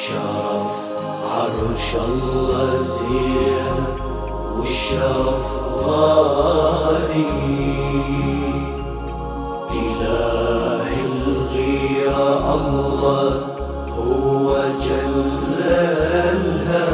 شرف عرش الله زين والشرف غالي، إله الغيرة الله هو جللها،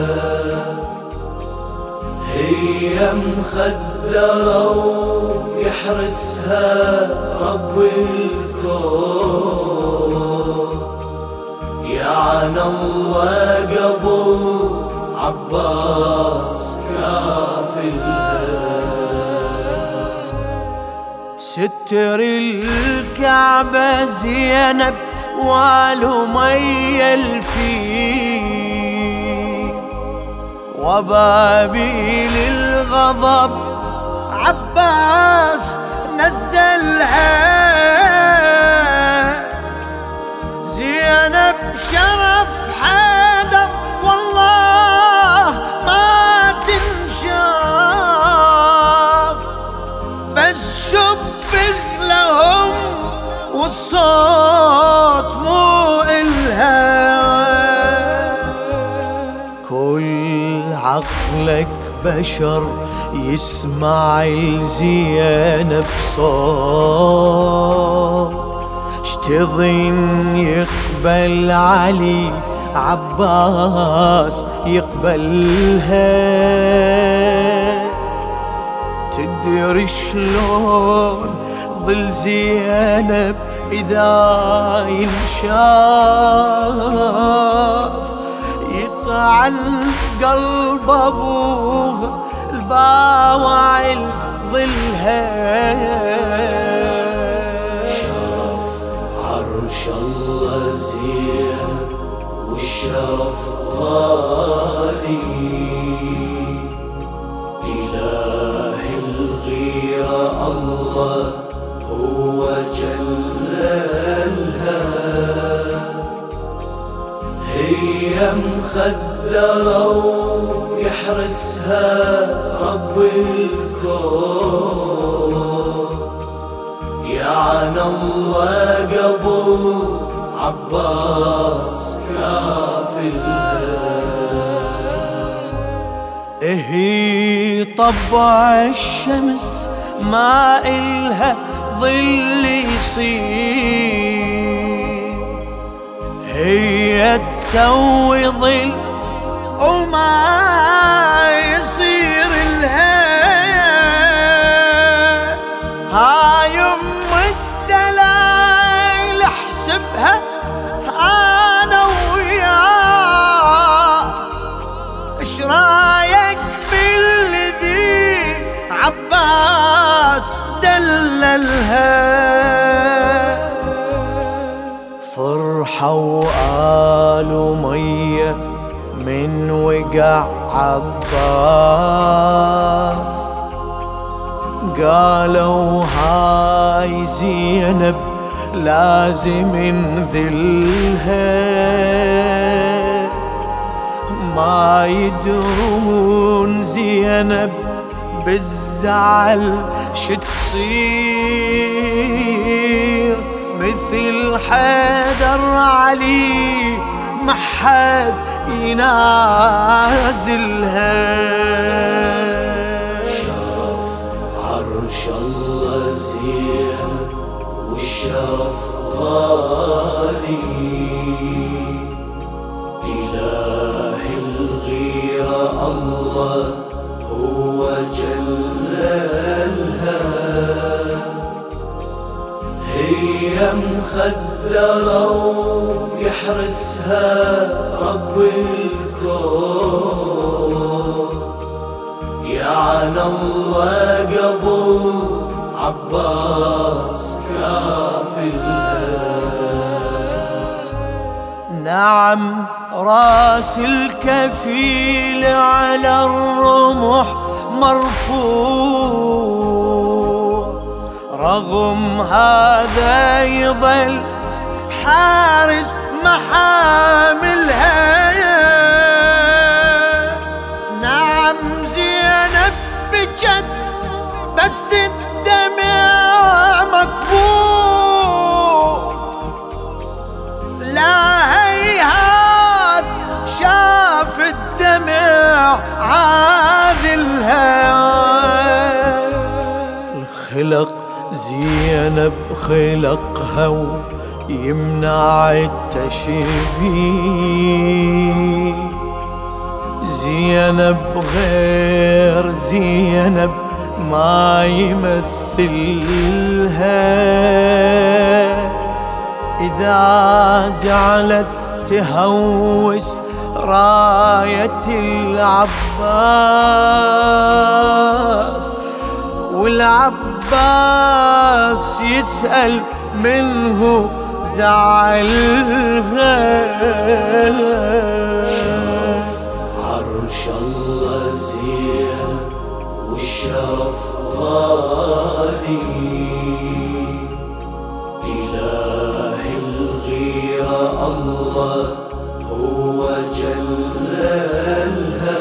هي مخدرة ويحرسها رب الكون، يعني الله قبل عباس كافلها. ستر الكعبة زينب والأمية الفيل، وبابيل الغضب عباس نزلها، زينب شرف حيدر والله ما تنشاف، بس شبه لهم والصوت مو إلها. كل عقلك بشر يسمع الزينب صوت، اشتظن يقبل علي عباس يقبلها، تدري شلون ظل زينب إذا ينشاف، يطعن قلب أبوها الباوع ظلها. شرف عرش الله زين والشرف غالي، إله الغيرة الله هو جللها، هي مخدرة ويحرسها رب الكون، يعني الله قبل عباس كافلها. هي طبع الشمس ما إلها ظل يصير، هي تسوي ظل وما يصير لها، هاي أم الدلايل احسبها أنا وياك، اش رايك بالذي عباس دللها؟ فرحة وآل أمية من وقع عباس، قالوا هاي زينب لازم نذلها، ما يدرون زينب بالزعل شتصير، مثل حيدر علي ما حد ينازلها. شرف عرش الله زين والشرف غالي، إله الغيرة الله هو جللها، هي مخدرة ويحرسها رب الكون، يعني الله قبل عباس كافلها. نعم راس الكفيل على الرمح مرفوع، رغم هذا يظل حارس محاملها. نعم زينب بجد بس الدمع مكبوت، لا هيهات زينب خلقها ويمنع التشبيه، زينب غير زينب ما يمثلها، إذا زعلت تهوس راية العباس، والعباس يسأل منه زعلها. عرش الله زين والشرف غالي، إله الغيرة الله هو جللها،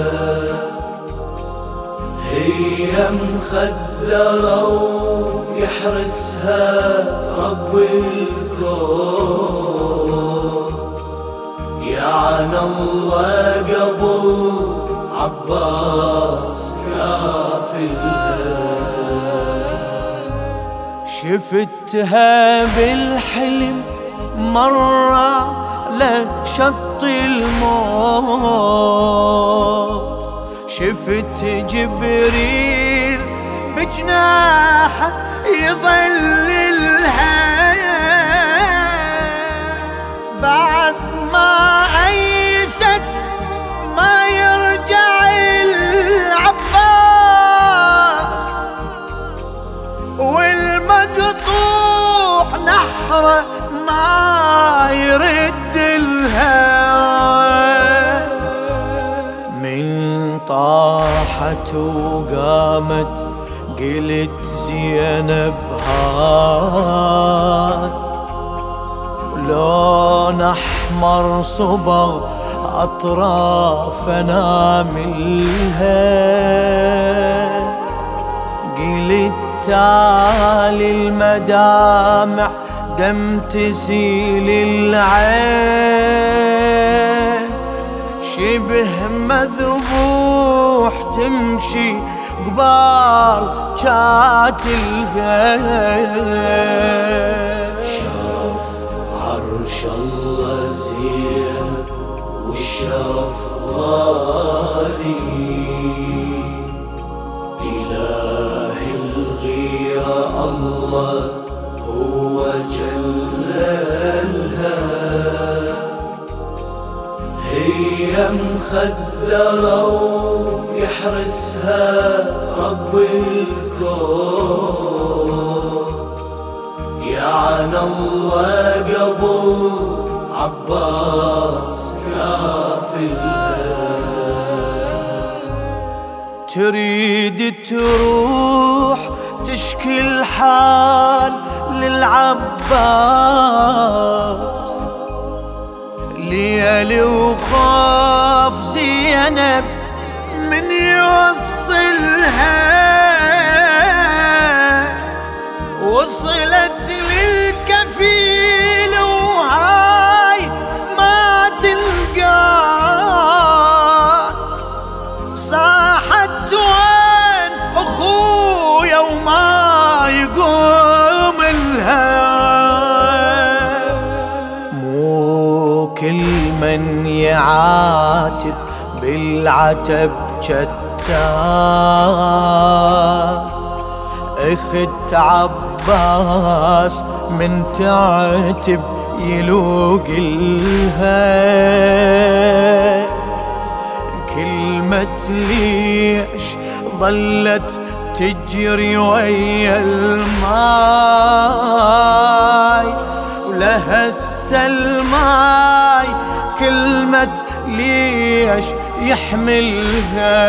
هي مخدرة ويحرسها رب الكون، يعن الله قبل عباس كافلها. شفتها بالحلم مرة لشط الموت، شفت جبريل بجناحه يظللها، بعد ما أيست ما يرجع العباس، والمقطوع نحره ما يرد الهوى، من طاحت وقامت قلت زينب هاد، لون احمر صبغ اطراف اناملها، قلت تالي المدامع دم تسيل العين، شبه مذبوح تمشي قبال شاتلها. شرف عرش الله زين والشرف غالي، إله الغيرة الله هو جللها، هي مخدرة ويحرسها رب الكون، يعن الله قبل عباس كافلها. تريد تروح تشكي الحال للعباس، ليالي وخاف زينب من يوصلها، وصلت للكفيل وهاي ما تنقال، صاحت وين اخويا وما يقوم لها، مو كل من يعاتب بالعتب جتان، اخت عباس من تعتب يلوق لها، كلمة ليش ظلت تجري ويا الماي، ولهسه الماي كلمة ليش يحملها.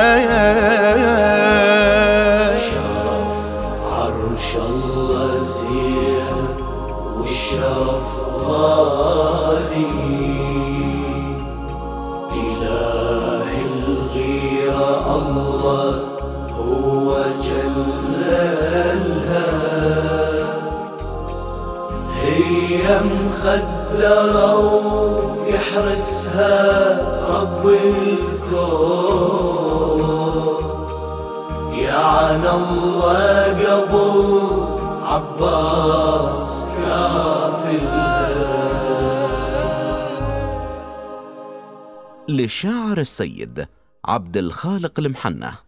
شرف عرش الله زين والشرف غالي، إله الغيرة الله هو جللها، هي مخدرة ويحرسها رب الكون، يعن الله قبل عباس كافلها. للشاعر السيد عبد الخالق المحنة.